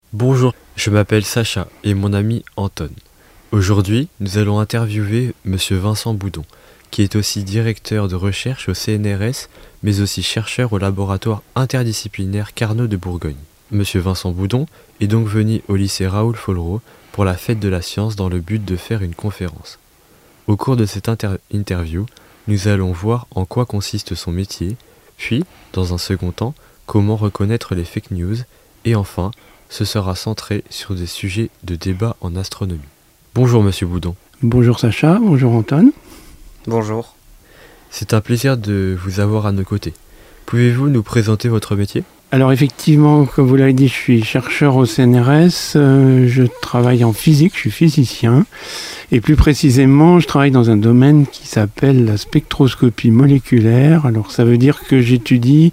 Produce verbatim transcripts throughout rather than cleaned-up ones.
Bonjour, je m'appelle Sacha et mon ami Anton. Aujourd'hui, nous allons interviewer Monsieur Vincent Boudon, qui est aussi directeur de recherche au C N R S, mais aussi chercheur au laboratoire interdisciplinaire Carnot de Bourgogne. Monsieur Vincent Boudon est donc venu au lycée Raoul Follereau pour la fête de la science dans le but de faire une conférence. Au cours de cette inter- interview, nous allons voir en quoi consiste son métier, puis, dans un second temps, comment reconnaître les fake news, et enfin, ce sera centré sur des sujets de débat en astronomie. Bonjour Monsieur Boudon. Bonjour Sacha, bonjour Anton. Bonjour. C'est un plaisir de vous avoir à nos côtés. Pouvez-vous nous présenter votre métier ? Alors effectivement, comme vous l'avez dit, je suis chercheur au C N R S, euh, je travaille en physique, je suis physicien, et plus précisément, je travaille dans un domaine qui s'appelle la spectroscopie moléculaire. Alors ça veut dire que j'étudie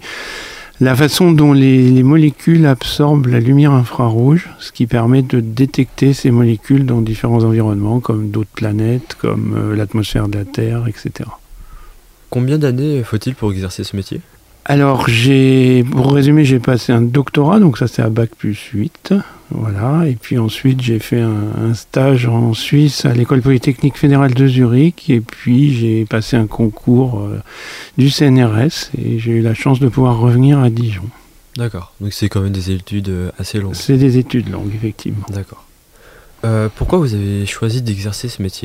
la façon dont les, les molécules absorbent la lumière infrarouge, ce qui permet de détecter ces molécules dans différents environnements, comme d'autres planètes, comme euh, l'atmosphère de la Terre, et cetera. Combien d'années faut-il pour exercer ce métier ? Alors, j'ai, pour résumer, j'ai passé un doctorat, donc ça c'est à bac plus huit, voilà. Et puis ensuite, j'ai fait un, un stage en Suisse à l'École Polytechnique Fédérale de Zurich. Et puis, j'ai passé un concours euh, du C N R S et j'ai eu la chance de pouvoir revenir à Dijon. D'accord, donc c'est quand même des études assez longues. C'est des études longues, effectivement. D'accord. Euh, pourquoi vous avez choisi d'exercer ce métier ?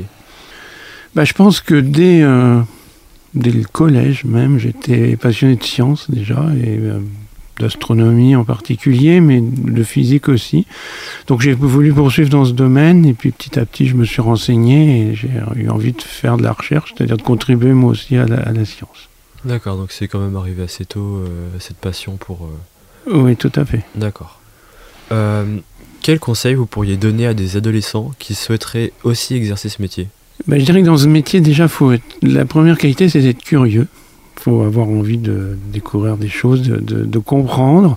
Bah, je pense que dès... Euh, Dès le collège même, j'étais passionné de sciences déjà, et euh, d'astronomie en particulier, mais de physique aussi. Donc j'ai voulu poursuivre dans ce domaine, et puis petit à petit je me suis renseigné, et j'ai eu envie de faire de la recherche, c'est-à-dire de contribuer moi aussi à la, à la science. D'accord, donc c'est quand même arrivé assez tôt, euh, cette passion pour... Euh... Oui, tout à fait. D'accord. Euh, quel conseil vous pourriez donner à des adolescents qui souhaiteraient aussi exercer ce métier ? Ben, je dirais que dans ce métier, déjà, faut être... la première qualité, c'est d'être curieux. Il faut avoir envie de découvrir des choses, de, de, de comprendre.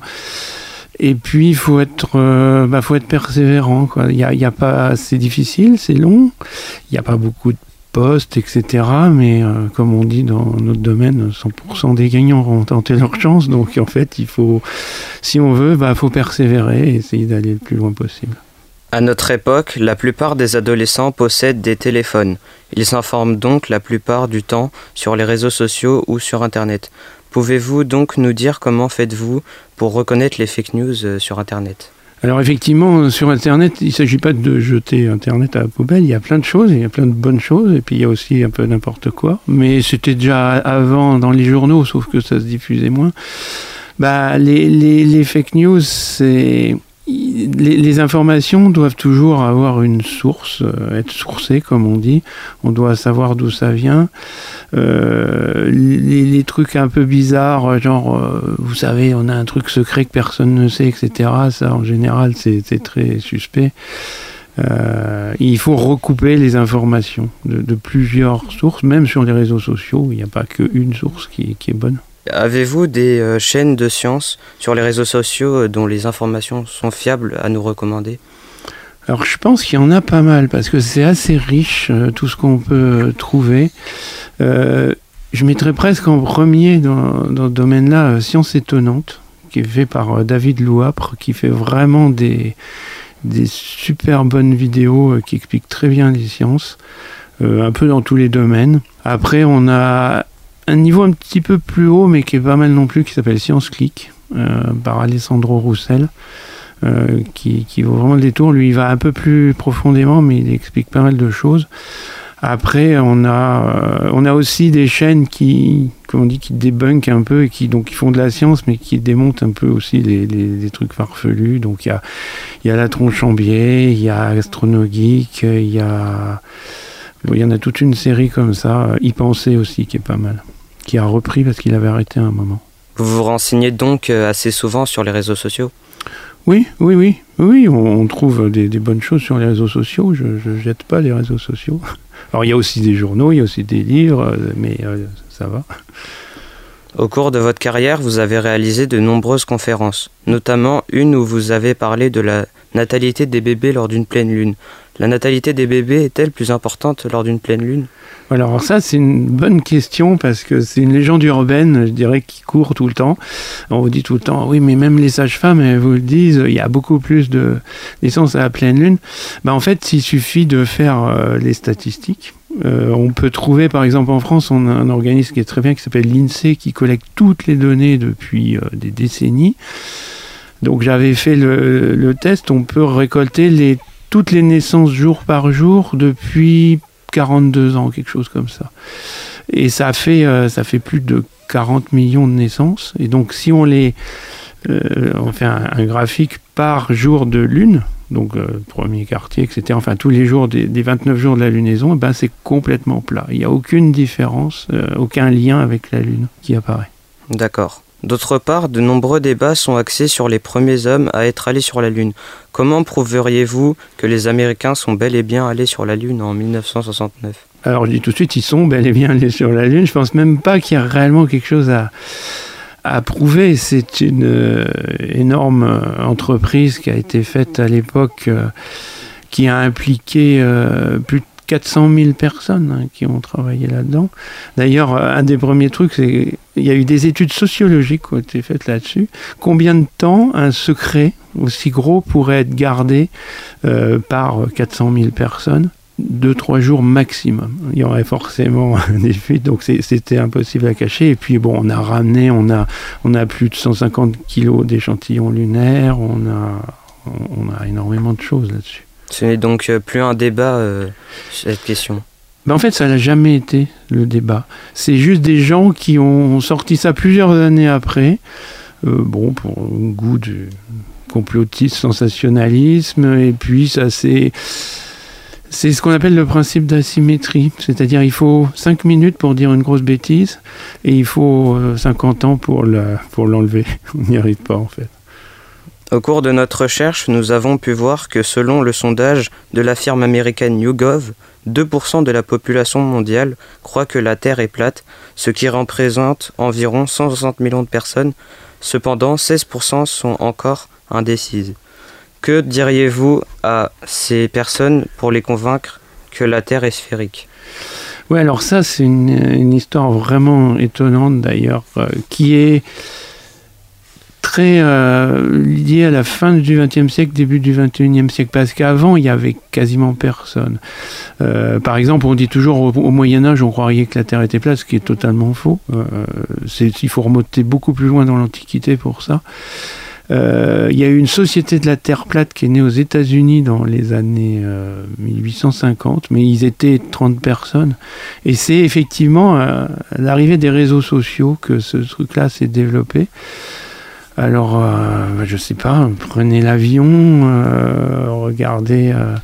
Et puis, il faut être, euh, bah, faut être persévérant, quoi. Il y a, il y a pas... C'est difficile, c'est long. Il n'y a pas beaucoup de postes, et cetera. Mais euh, comme on dit dans notre domaine, cent pour cent des gagnants ont tenté leur chance. Donc, en fait, il faut, si on veut, bah, faut persévérer et essayer d'aller le plus loin possible. À notre époque, la plupart des adolescents possèdent des téléphones. Ils s'informent donc la plupart du temps sur les réseaux sociaux ou sur Internet. Pouvez-vous donc nous dire comment faites-vous pour reconnaître les fake news sur Internet ? Alors effectivement, sur Internet, il ne s'agit pas de jeter Internet à la poubelle. Il y a plein de choses, il y a plein de bonnes choses, et puis il y a aussi un peu n'importe quoi. Mais c'était déjà avant dans les journaux, sauf que ça se diffusait moins. Bah, les, les, les fake news, c'est... Les, les informations doivent toujours avoir une source, euh, être sourcées comme on dit. On doit savoir d'où ça vient. Euh, les, les trucs un peu bizarres, genre, euh, vous savez, on a un truc secret que personne ne sait, et cetera. Ça, en général, c'est, c'est très suspect. Euh, il faut recouper les informations de, de plusieurs sources, même sur les réseaux sociaux. Il n'y a pas qu'une source qui, qui est bonne. Avez-vous des euh, chaînes de sciences sur les réseaux sociaux euh, dont les informations sont fiables à nous recommander ? Alors je pense qu'il y en a pas mal, parce que c'est assez riche, euh, tout ce qu'on peut euh, trouver. Euh, je mettrais presque en premier dans, dans ce domaine-là euh, Science étonnante, qui est fait par euh, David Louapre, qui fait vraiment des, des super bonnes vidéos euh, qui expliquent très bien les sciences, euh, un peu dans tous les domaines. Après on a un niveau un petit peu plus haut, mais qui est pas mal non plus, qui s'appelle Science Click, euh, par Alessandro Roussel, euh, qui, qui vaut vraiment le détour. Lui, il va un peu plus profondément, mais il explique pas mal de choses. Après, on a, euh, on a aussi des chaînes qui, comme on dit, qui débunkent un peu, et qui, donc, qui font de la science, mais qui démontent un peu aussi les, les, les trucs farfelus. Donc, il y a, il y a La Tronchambier, il y a AstronoGeek, il y a... Il y en a toute une série comme ça, Y penser aussi, qui est pas mal, qui a repris parce qu'il avait arrêté à un moment. Vous vous renseignez donc assez souvent sur les réseaux sociaux ? Oui, oui, oui. Oui, on, on trouve des, des bonnes choses sur les réseaux sociaux. Je ne jette pas les réseaux sociaux. Alors, il y a aussi des journaux, il y a aussi des livres, mais euh, ça va. Au cours de votre carrière, vous avez réalisé de nombreuses conférences, notamment une où vous avez parlé de la natalité des bébés lors d'une pleine lune. La natalité des bébés est-elle plus importante lors d'une pleine lune ? Alors ça, c'est une bonne question parce que c'est une légende urbaine, je dirais, qui court tout le temps. On vous dit tout le temps, oui, mais même les sages-femmes, elles vous le disent, il y a beaucoup plus de naissances à la pleine lune. Ben, en fait, il suffit de faire euh, les statistiques. Euh, on peut trouver, par exemple, en France, on a un organisme qui est très bien, qui s'appelle l'INSEE, qui collecte toutes les données depuis euh, des décennies. Donc j'avais fait le, le test, on peut récolter les, toutes les naissances jour par jour depuis quarante-deux ans, quelque chose comme ça. Et ça fait, euh, ça fait plus de quarante millions de naissances. Et donc si on les... Euh, on fait un, un graphique par jour de lune, donc euh, premier quartier, et cetera. Enfin, tous les jours des, des vingt-neuf jours de la lunaison, ben, c'est complètement plat. Il n'y a aucune différence, euh, aucun lien avec la Lune qui apparaît. D'accord. D'autre part, de nombreux débats sont axés sur les premiers hommes à être allés sur la Lune. Comment prouveriez-vous que les Américains sont bel et bien allés sur la Lune en dix-neuf cent soixante-neuf ? Alors, je dis tout de suite, ils sont bel et bien allés sur la Lune. Je ne pense même pas qu'il y a réellement quelque chose à... à prouver. C'est une euh, énorme euh, entreprise qui a été faite à l'époque, euh, qui a impliqué euh, plus de quatre cent mille personnes hein, qui ont travaillé là-dedans. D'ailleurs, euh, un des premiers trucs, c'est il y a eu des études sociologiques qui ont été faites là-dessus. Combien de temps un secret aussi gros pourrait être gardé euh, par quatre cent mille personnes ? Deux, trois jours maximum. Il y aurait forcément des fuites, donc c'est, c'était impossible à cacher. Et puis bon, on a ramené, on a, on a plus de cent cinquante kilos d'échantillons lunaires, on a, on a énormément de choses là-dessus. Ce n'est donc plus un débat, euh, cette question. Ben en fait, ça n'a jamais été le débat. C'est juste des gens qui ont sorti ça plusieurs années après, euh, bon, pour un goût du complotisme, sensationnalisme, et puis ça s'est... C'est ce qu'on appelle le principe d'asymétrie, c'est-à-dire il faut cinq minutes pour dire une grosse bêtise et il faut cinquante ans pour, la, pour l'enlever. On n'y arrive pas en fait. Au cours de notre recherche, nous avons pu voir que selon le sondage de la firme américaine YouGov, deux pour cent de la population mondiale croit que la Terre est plate, ce qui représente environ cent soixante millions de personnes. Cependant, seize pour cent sont encore indécises. Que diriez-vous à ces personnes pour les convaincre que la Terre est sphérique ? Oui, alors ça, c'est une, une histoire vraiment étonnante d'ailleurs, euh, qui est très euh, liée à la fin du vingtième siècle, début du vingt et unième siècle, parce qu'avant, il n'y avait quasiment personne. Euh, par exemple, on dit toujours au, au Moyen-Âge, on croirait que la Terre était plate, ce qui est totalement faux. Euh, c'est, il faut remonter beaucoup plus loin dans l'Antiquité pour ça. Euh, il y a eu une société de la Terre plate qui est née aux États-Unis dans les années euh, mille huit cent cinquante, mais ils étaient trente personnes. Et c'est effectivement à l'arrivée des réseaux sociaux que ce truc-là s'est développé. Alors, euh, je sais pas, prenez l'avion, euh, regardez... Euh,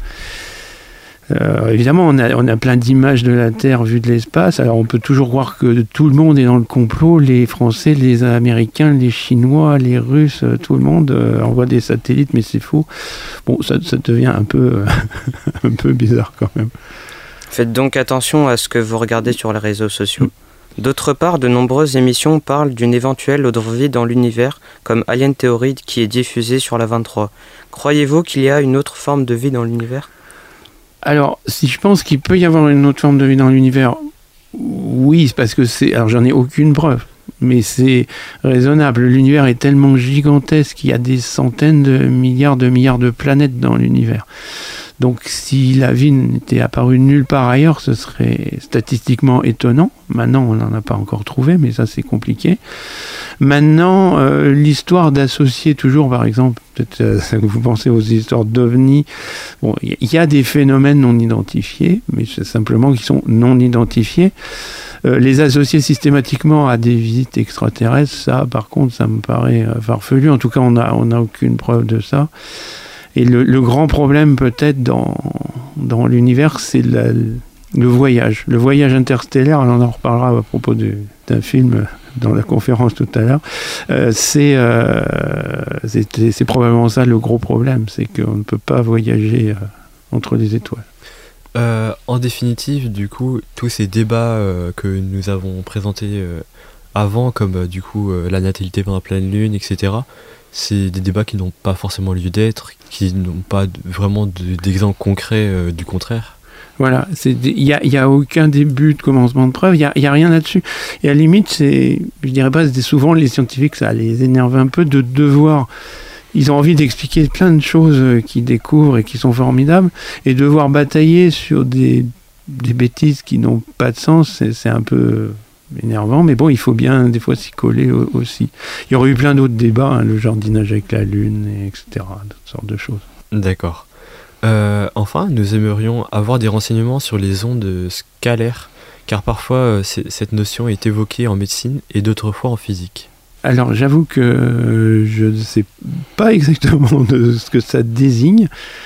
Euh, évidemment, on a, on a plein d'images de la Terre vues de l'espace. Alors, on peut toujours croire que tout le monde est dans le complot. Les Français, les Américains, les Chinois, les Russes, tout le monde euh, envoie des satellites, mais c'est faux. Bon, ça, ça devient un peu, un peu bizarre quand même. Faites donc attention à ce que vous regardez sur les réseaux sociaux. D'autre part, de nombreuses émissions parlent d'une éventuelle autre vie dans l'univers, comme Alien Theory qui est diffusée sur la vingt-trois. Croyez-vous qu'il y a une autre forme de vie dans l'univers ? Alors, si je pense qu'il peut y avoir une autre forme de vie dans l'univers, oui, c'est parce que c'est... Alors, j'en ai aucune preuve, mais c'est raisonnable. L'univers est tellement gigantesque qu'il y a des centaines de milliards de milliards de planètes dans l'univers. Donc, si la vie n'était apparue nulle part ailleurs, ce serait statistiquement étonnant. Maintenant, on n'en a pas encore trouvé, mais ça, c'est compliqué. Maintenant, euh, l'histoire d'associer toujours, par exemple, peut-être euh, que vous pensez aux histoires d'ovnis. Bon, il y, y a des phénomènes non identifiés, mais c'est simplement qu'ils sont non identifiés. Euh, les associer systématiquement à des visites extraterrestres, ça, par contre, ça me paraît euh, farfelu. En tout cas, on n'a on a aucune preuve de ça. Et le, le grand problème peut-être dans, dans l'univers, c'est la, le voyage. Le voyage interstellaire, on en reparlera à propos de, d'un film dans la conférence tout à l'heure, euh, c'est, euh, c'est, c'est probablement ça le gros problème, c'est qu'on ne peut pas voyager euh, entre les étoiles. Euh, en définitive, du coup, tous ces débats euh, que nous avons présentés euh, avant, comme euh, du coup euh, la natalité par la pleine lune, et cetera. C'est des débats qui n'ont pas forcément lieu d'être, qui n'ont pas de- vraiment de- d'exemple concret euh, du contraire. Voilà, il n'y a, y a aucun début de commencement de preuve, il n'y a, y a rien là-dessus. Et à la limite, c'est, je dirais pas, c'est souvent les scientifiques, ça les énerve un peu de devoir. Ils ont envie d'expliquer plein de choses qu'ils découvrent et qui sont formidables, et devoir batailler sur des, des bêtises qui n'ont pas de sens, c'est, c'est un peu énervant, mais bon, il faut bien des fois s'y coller au- aussi. Il y aurait eu plein d'autres débats, hein, le jardinage avec la Lune, et etc., toutes sortes de choses. D'accord. Euh, enfin, nous aimerions avoir des renseignements sur les ondes scalaires, car parfois euh, c'est- cette notion est évoquée en médecine et d'autres fois en physique. Alors, j'avoue que euh, je ne sais pas exactement de ce que ça désigne.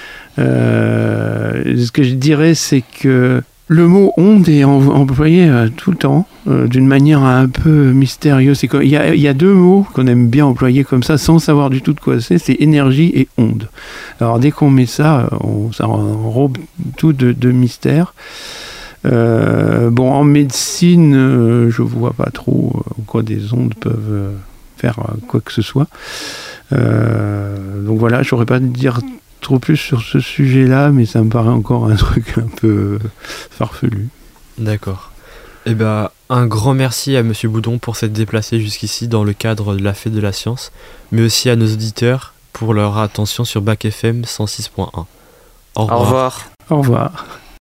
Euh, ce que je dirais, c'est que le mot onde est en- employé euh, tout le temps, euh, d'une manière un peu mystérieuse. C'est comme- Il y a, il y a deux mots qu'on aime bien employer comme ça, sans savoir du tout de quoi c'est, c'est énergie et onde. Alors, dès qu'on met ça, on, ça enrobe tout de, de mystère. Euh, bon, en médecine, euh, je vois pas trop euh, en quoi des ondes peuvent euh, faire euh, quoi que ce soit. Euh, donc voilà, je saurais pas te dire trop plus sur ce sujet-là, mais ça me paraît encore un truc un peu euh, farfelu. D'accord. Eh ben, un grand merci à Monsieur Boudon pour s'être déplacé jusqu'ici dans le cadre de la Fête de la Science, mais aussi à nos auditeurs pour leur attention sur Bac F M cent six point un. Au Au revoir. revoir. Au revoir.